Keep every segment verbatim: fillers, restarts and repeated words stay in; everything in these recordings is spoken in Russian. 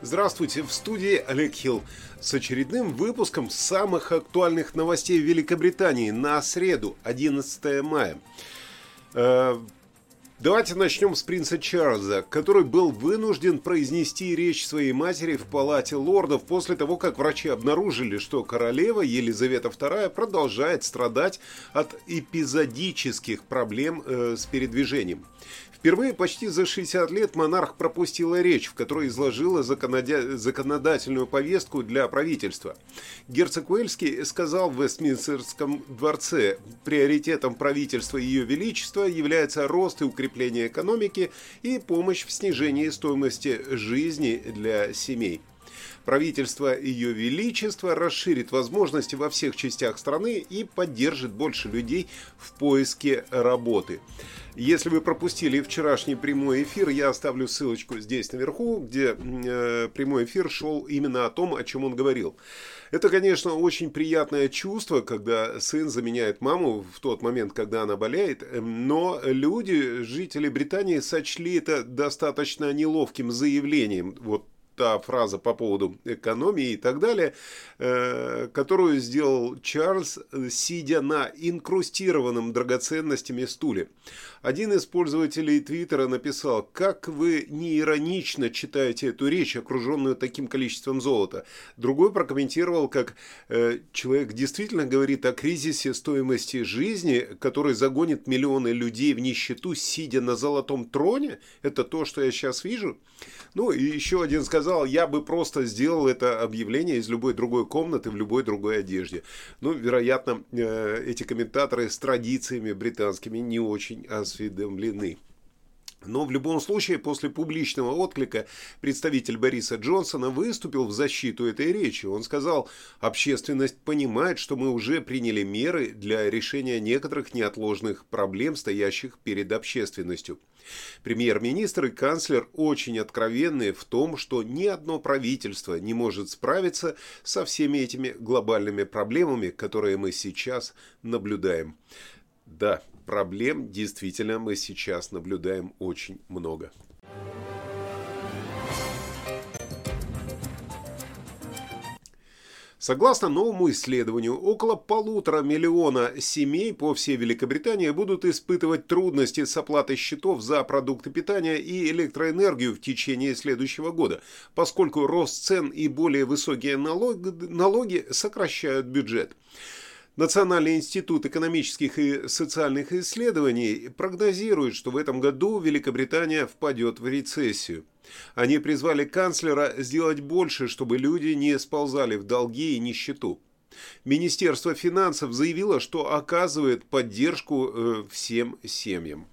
Здравствуйте, в студии Олег Хилл с очередным выпуском самых актуальных новостей Великобритании на среду, одиннадцатое мая. Давайте начнем с принца Чарльза, который был вынужден произнести речь своей матери в Палате лордов после того, как врачи обнаружили, что королева Елизавета вторая продолжает страдать от эпизодических проблем э, с передвижением. Впервые почти за шестьдесят лет монарх пропустила речь, в которой изложила законодательную повестку для правительства. Герцог Уэльский сказал в Вестминстерском дворце: приоритетом правительства Ее Величества является рост и укрепление экономики и помощь в снижении стоимости жизни для семей. Правительство Ее Величества расширит возможности во всех частях страны и поддержит больше людей в поиске работы. Если вы пропустили вчерашний прямой эфир, я оставлю ссылочку здесь наверху, где э, прямой эфир шел именно о том, о чем он говорил. Это, конечно, очень приятное чувство, когда сын заменяет маму в тот момент, когда она болеет, но люди, жители Британии, сочли это достаточно неловким заявлением. Вот та фраза по поводу экономии и так далее, э, которую сделал Чарльз, сидя на инкрустированном драгоценностями стуле. Один из пользователей Твиттера написал: «Как вы неиронично читаете эту речь, окруженную таким количеством золота». Другой прокомментировал, как э, человек действительно говорит о кризисе стоимости жизни, который загонит миллионы людей в нищету, сидя на золотом троне. Это то, что я сейчас вижу. Ну и еще один сказал: я бы просто сделал это объявление из любой другой комнаты, в любой другой одежде. Ну, вероятно, эти комментаторы с традициями британскими не очень осведомлены. Но в любом случае, после публичного отклика представитель Бориса Джонсона выступил в защиту этой речи. Он сказал: общественность понимает, что мы уже приняли меры для решения некоторых неотложных проблем, стоящих перед общественностью. Премьер-министр и канцлер очень откровенны в том, что ни одно правительство не может справиться со всеми этими глобальными проблемами, которые мы сейчас наблюдаем. Да, проблем действительно мы сейчас наблюдаем очень много. Согласно новому исследованию, около полутора миллиона семей по всей Великобритании будут испытывать трудности с оплатой счетов за продукты питания и электроэнергию в течение следующего года, поскольку рост цен и более высокие налоги, налоги сокращают бюджет. Национальный институт экономических и социальных исследований прогнозирует, что в этом году Великобритания впадет в рецессию. Они призвали канцлера сделать больше, чтобы люди не сползали в долги и нищету. Министерство финансов заявило, что оказывает поддержку э, всем семьям.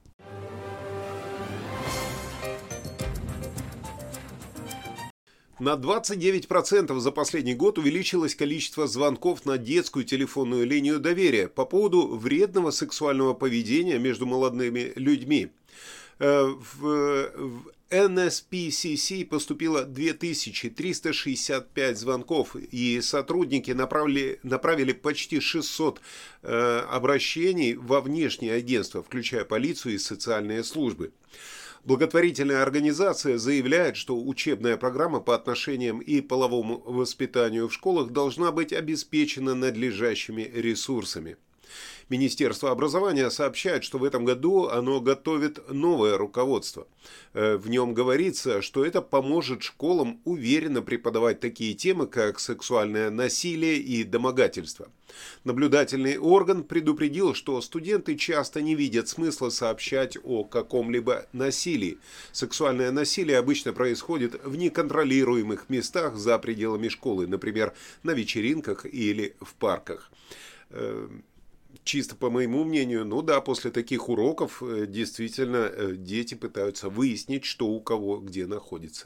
На двадцать девять процентов за последний год увеличилось количество звонков на детскую телефонную линию доверия по поводу вредного сексуального поведения между молодыми людьми. В эн эс пи си си поступило две тысячи триста шестьдесят пять звонков, и сотрудники направили, направили почти шестьсот э, обращений во внешние агентства, включая полицию и социальные службы. Благотворительная организация заявляет, что учебная программа по отношениям и половому воспитанию в школах должна быть обеспечена надлежащими ресурсами. Министерство образования сообщает, что в этом году оно готовит новое руководство. В нем говорится, что это поможет школам уверенно преподавать такие темы, как сексуальное насилие и домогательство. Наблюдательный орган предупредил, что студенты часто не видят смысла сообщать о каком-либо насилии. Сексуальное насилие обычно происходит в неконтролируемых местах за пределами школы, например, на вечеринках или в парках. Чисто по моему мнению, ну да, после таких уроков действительно дети пытаются выяснить, что у кого где находится.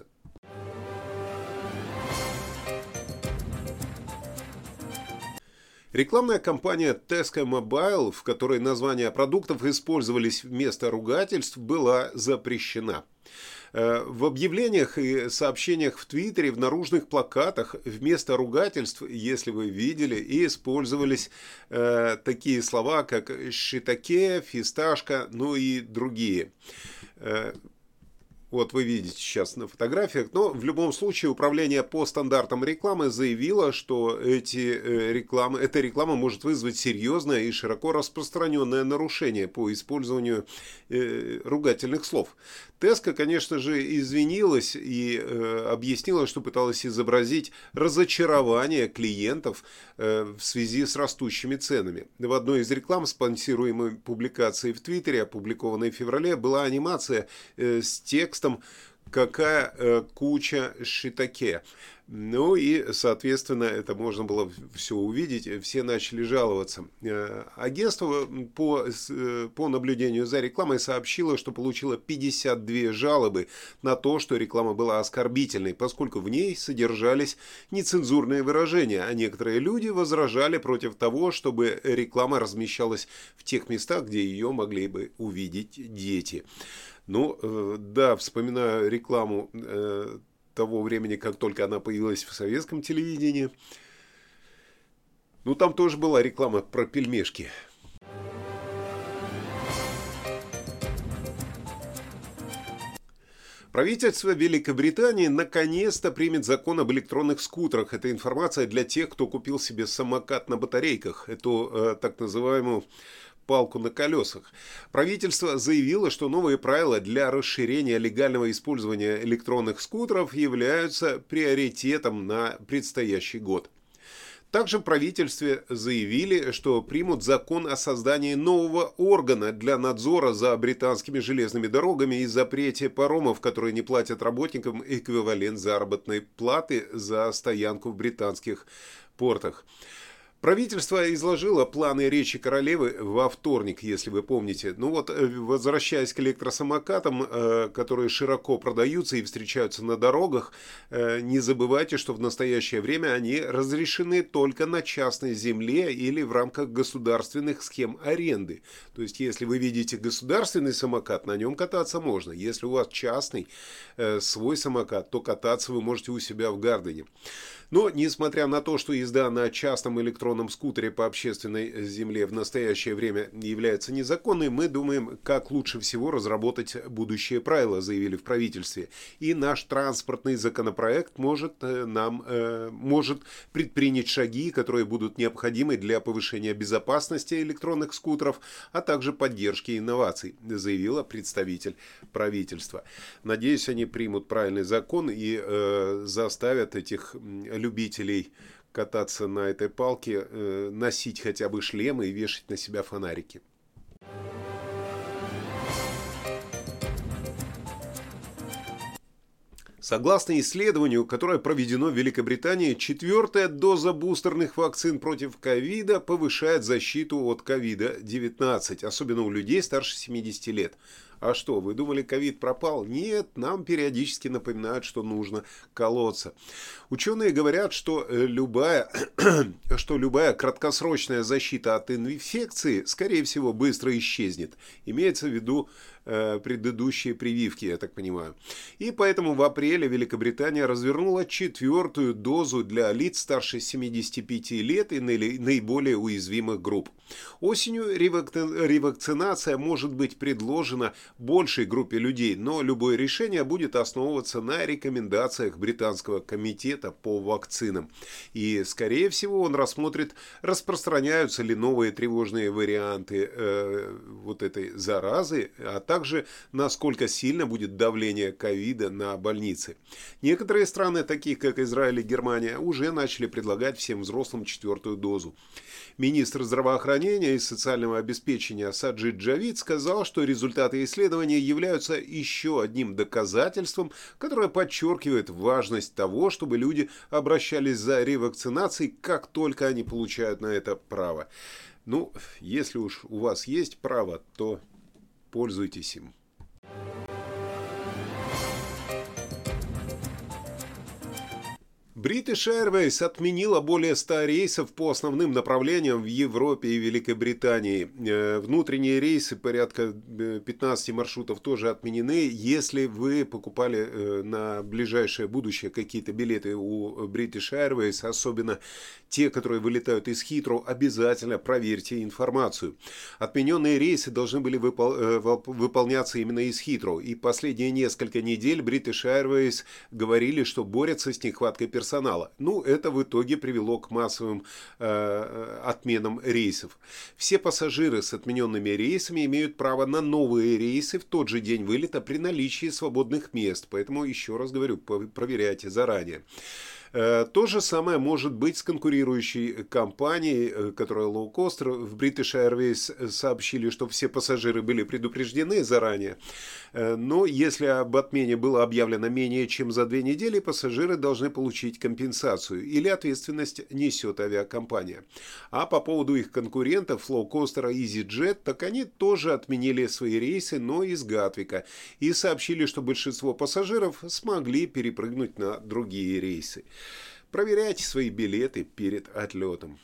Рекламная кампания Tesco Mobile, в которой названия продуктов использовались вместо ругательств, была запрещена. В объявлениях и сообщениях в Твиттере, в наружных плакатах вместо ругательств, если вы видели, и использовались э, такие слова, как «шитаке», «фисташка», ну и другие. Э, Вот вы видите сейчас на фотографиях, но в любом случае управление по стандартам рекламы заявило, что эти э, рекламы, эта реклама может вызвать серьезное и широко распространенное нарушение по использованию э, ругательных слов. Теска, конечно же, извинилась и э, объяснила, что пыталась изобразить разочарование клиентов э, в связи с растущими ценами. В одной из реклам, спонсируемой публикацией в Твиттере, опубликованной в феврале, была анимация э, с текстом «Какая э, куча шитаке». Ну и, соответственно, это можно было все увидеть, все начали жаловаться. Агентство по, по наблюдению за рекламой сообщило, что получило пятьдесят две жалобы на то, что реклама была оскорбительной, поскольку в ней содержались нецензурные выражения, а некоторые люди возражали против того, чтобы реклама размещалась в тех местах, где ее могли бы увидеть дети. Ну, да, вспоминаю рекламу того времени, как только она появилась в советском телевидении. Ну, там тоже была реклама про пельмешки. Правительство Великобритании наконец-то примет закон об электронных скутерах. Это информация для тех, кто купил себе самокат на батарейках. Эту э, так называемую палку на колесах. Правительство заявило, что новые правила для расширения легального использования электронных скутеров являются приоритетом на предстоящий год. Также в правительстве заявили, что примут закон о создании нового органа для надзора за британскими железными дорогами и запрете паромов, которые не платят работникам эквивалент заработной платы за стоянку в британских портах. Правительство изложило планы Речи Королевы во вторник, если вы помните. Ну вот, возвращаясь к электросамокатам, которые широко продаются и встречаются на дорогах, не забывайте, что в настоящее время они разрешены только на частной земле или в рамках государственных схем аренды. То есть, если вы видите государственный самокат, на нем кататься можно. Если у вас частный, свой самокат, то кататься вы можете у себя в Гардене. Но, несмотря на то, что езда на частном электронном скутере по общественной земле в настоящее время является незаконной, мы думаем, как лучше всего разработать будущие правила, заявили в правительстве. И наш транспортный законопроект может, нам, э, может предпринять шаги, которые будут необходимы для повышения безопасности электронных скутеров, а также поддержки инноваций, заявила представитель правительства. Надеюсь, они примут правильный закон и э, заставят этих любителей кататься на этой палке э, носить хотя бы шлемы и вешать на себя фонарики. Согласно исследованию, которое проведено в Великобритании, четвертая доза бустерных вакцин против ковида повышает защиту от ковид девятнадцать, особенно у людей старше семидесяти лет. А что, вы думали, ковид пропал? Нет, нам периодически напоминают, что нужно колоться. Ученые говорят, что любая, что любая краткосрочная защита от инфекции, скорее всего, быстро исчезнет. Имеется в виду э, предыдущие прививки, я так понимаю. И поэтому в апреле Великобритания развернула четвертую дозу для лиц старше семидесяти пяти лет и наиболее уязвимых групп. Осенью ревакцинация может быть предложена большей группе людей, но любое решение будет основываться на рекомендациях британского комитета по вакцинам. И, скорее всего, он рассмотрит, распространяются ли новые тревожные варианты э, вот этой заразы, а также насколько сильно будет давление ковида на больницы. Некоторые страны, такие как Израиль и Германия, уже начали предлагать всем взрослым четвертую дозу. Министр здравоохранения и социального обеспечения Саджид Джавид сказал, что результаты исследования являются еще одним доказательством, которое подчеркивает важность того, чтобы люди обращались за ревакцинацией, как только они получают на это право. Ну, если уж у вас есть право, то пользуйтесь им. British Airways отменила более ста рейсов по основным направлениям в Европе и Великобритании. Внутренние рейсы, порядка пятнадцати маршрутов, тоже отменены. Если вы покупали на ближайшее будущее какие-то билеты у British Airways, особенно те, которые вылетают из Хитроу, обязательно проверьте информацию. Отмененные рейсы должны были выпол- выполняться именно из Хитроу. И последние несколько недель British Airways говорили, что борются с нехваткой персонала. персонала. Ну, это в итоге привело к массовым э, отменам рейсов. Все пассажиры с отмененными рейсами имеют право на новые рейсы в тот же день вылета при наличии свободных мест. Поэтому, еще раз говорю, проверяйте заранее. То же самое может быть с конкурирующей компанией, которая Low Cost. В British Airways сообщили, что все пассажиры были предупреждены заранее. Но если об отмене было объявлено менее чем за две недели, пассажиры должны получить компенсацию или ответственность несет авиакомпания. А по поводу их конкурентов Low Cost EasyJet, так они тоже отменили свои рейсы, но из Гатвика. И сообщили, что большинство пассажиров смогли перепрыгнуть на другие рейсы. Проверяйте свои билеты перед отлетом.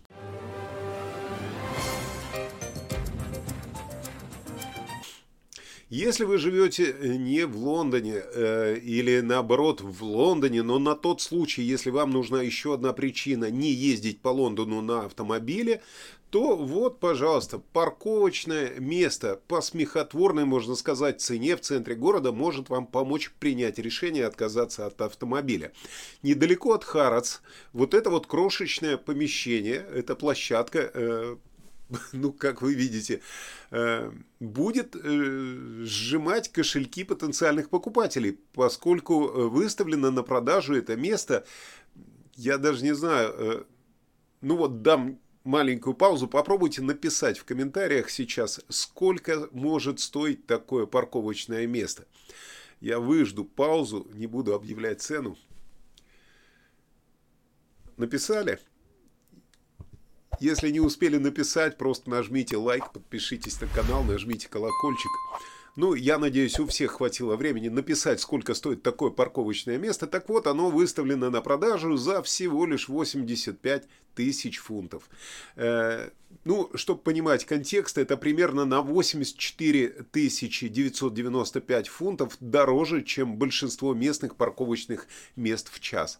Если вы живете не в Лондоне э, или наоборот в Лондоне, но на тот случай, если вам нужна еще одна причина не ездить по Лондону на автомобиле, то вот, пожалуйста, парковочное место по смехотворной, можно сказать, цене в центре города может вам помочь принять решение отказаться от автомобиля. Недалеко от Харатс вот это вот крошечное помещение, эта площадка, э, ну, как вы видите, э, будет э, сжимать кошельки потенциальных покупателей, поскольку выставлено на продажу это место, я даже не знаю, э, ну вот дам маленькую паузу, попробуйте написать в комментариях сейчас, сколько может стоить такое парковочное место. Я выжду паузу, не буду объявлять цену. Написали? Если не успели написать, просто нажмите лайк, подпишитесь на канал, нажмите колокольчик. Ну, я надеюсь, у всех хватило времени написать, сколько стоит такое парковочное место. Так вот, оно выставлено на продажу за всего лишь восемьдесят пять тысяч фунтов. Э, ну, чтобы понимать контекст, это примерно на восемьдесят четыре тысячи девятьсот девяносто пять фунтов дороже, чем большинство местных парковочных мест в час.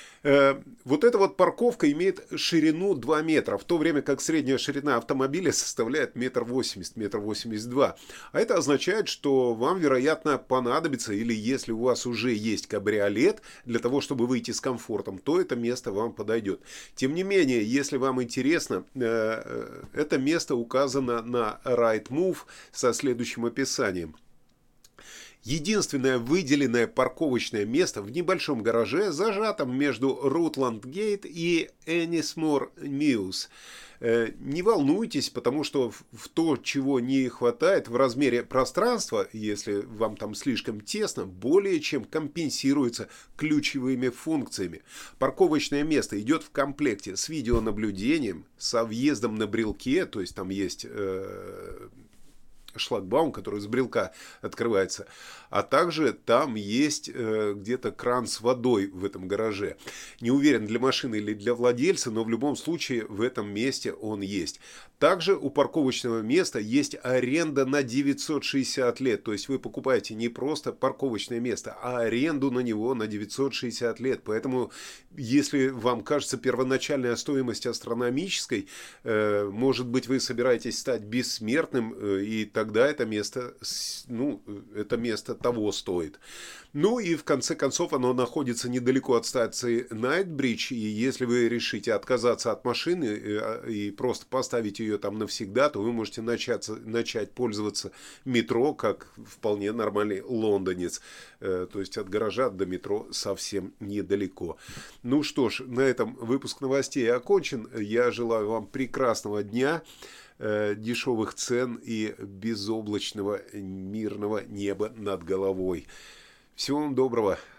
Вот эта вот парковка имеет ширину два метра, в то время как средняя ширина автомобиля составляет метр восемьдесят, метр восемьдесят два. А это означает, что вам, вероятно, понадобится, или если у вас уже есть кабриолет, для того, чтобы выйти с комфортом, то это место вам подойдет. Тем не менее, если вам интересно, это место указано на Rightmove со следующим описанием. Единственное выделенное парковочное место в небольшом гараже, зажатом между Рутланд-Гейт и Эннисмор-Мьюз. Не волнуйтесь, потому что в то, чего не хватает в размере пространства, если вам там слишком тесно, более чем компенсируется ключевыми функциями. Парковочное место идет в комплекте с видеонаблюдением, со въездом на брелке, то есть там есть э, шлагбаум, который с брелка открывается, а также там есть э, где-то кран с водой в этом гараже. Не уверен, для машины или для владельца, но в любом случае в этом месте он есть. Также у парковочного места есть аренда на девятьсот шестьдесят лет, то есть вы покупаете не просто парковочное место, а аренду на него на девятьсот шестьдесят лет. Поэтому, если вам кажется первоначальная стоимость астрономической, э, может быть, вы собираетесь стать бессмертным, э, и тогда это место, ну, это место того стоит. Ну и в конце концов оно находится недалеко от станции Найтбридж, и если вы решите отказаться от машины и, и просто поставить ее там навсегда, то вы можете начаться, начать пользоваться метро как вполне нормальный лондонец. Э, то есть от гаража до метро совсем недалеко. Ну что ж, на этом выпуск новостей окончен. Я желаю вам прекрасного дня, дешевых цен и безоблачного мирного неба над головой. Всего вам доброго.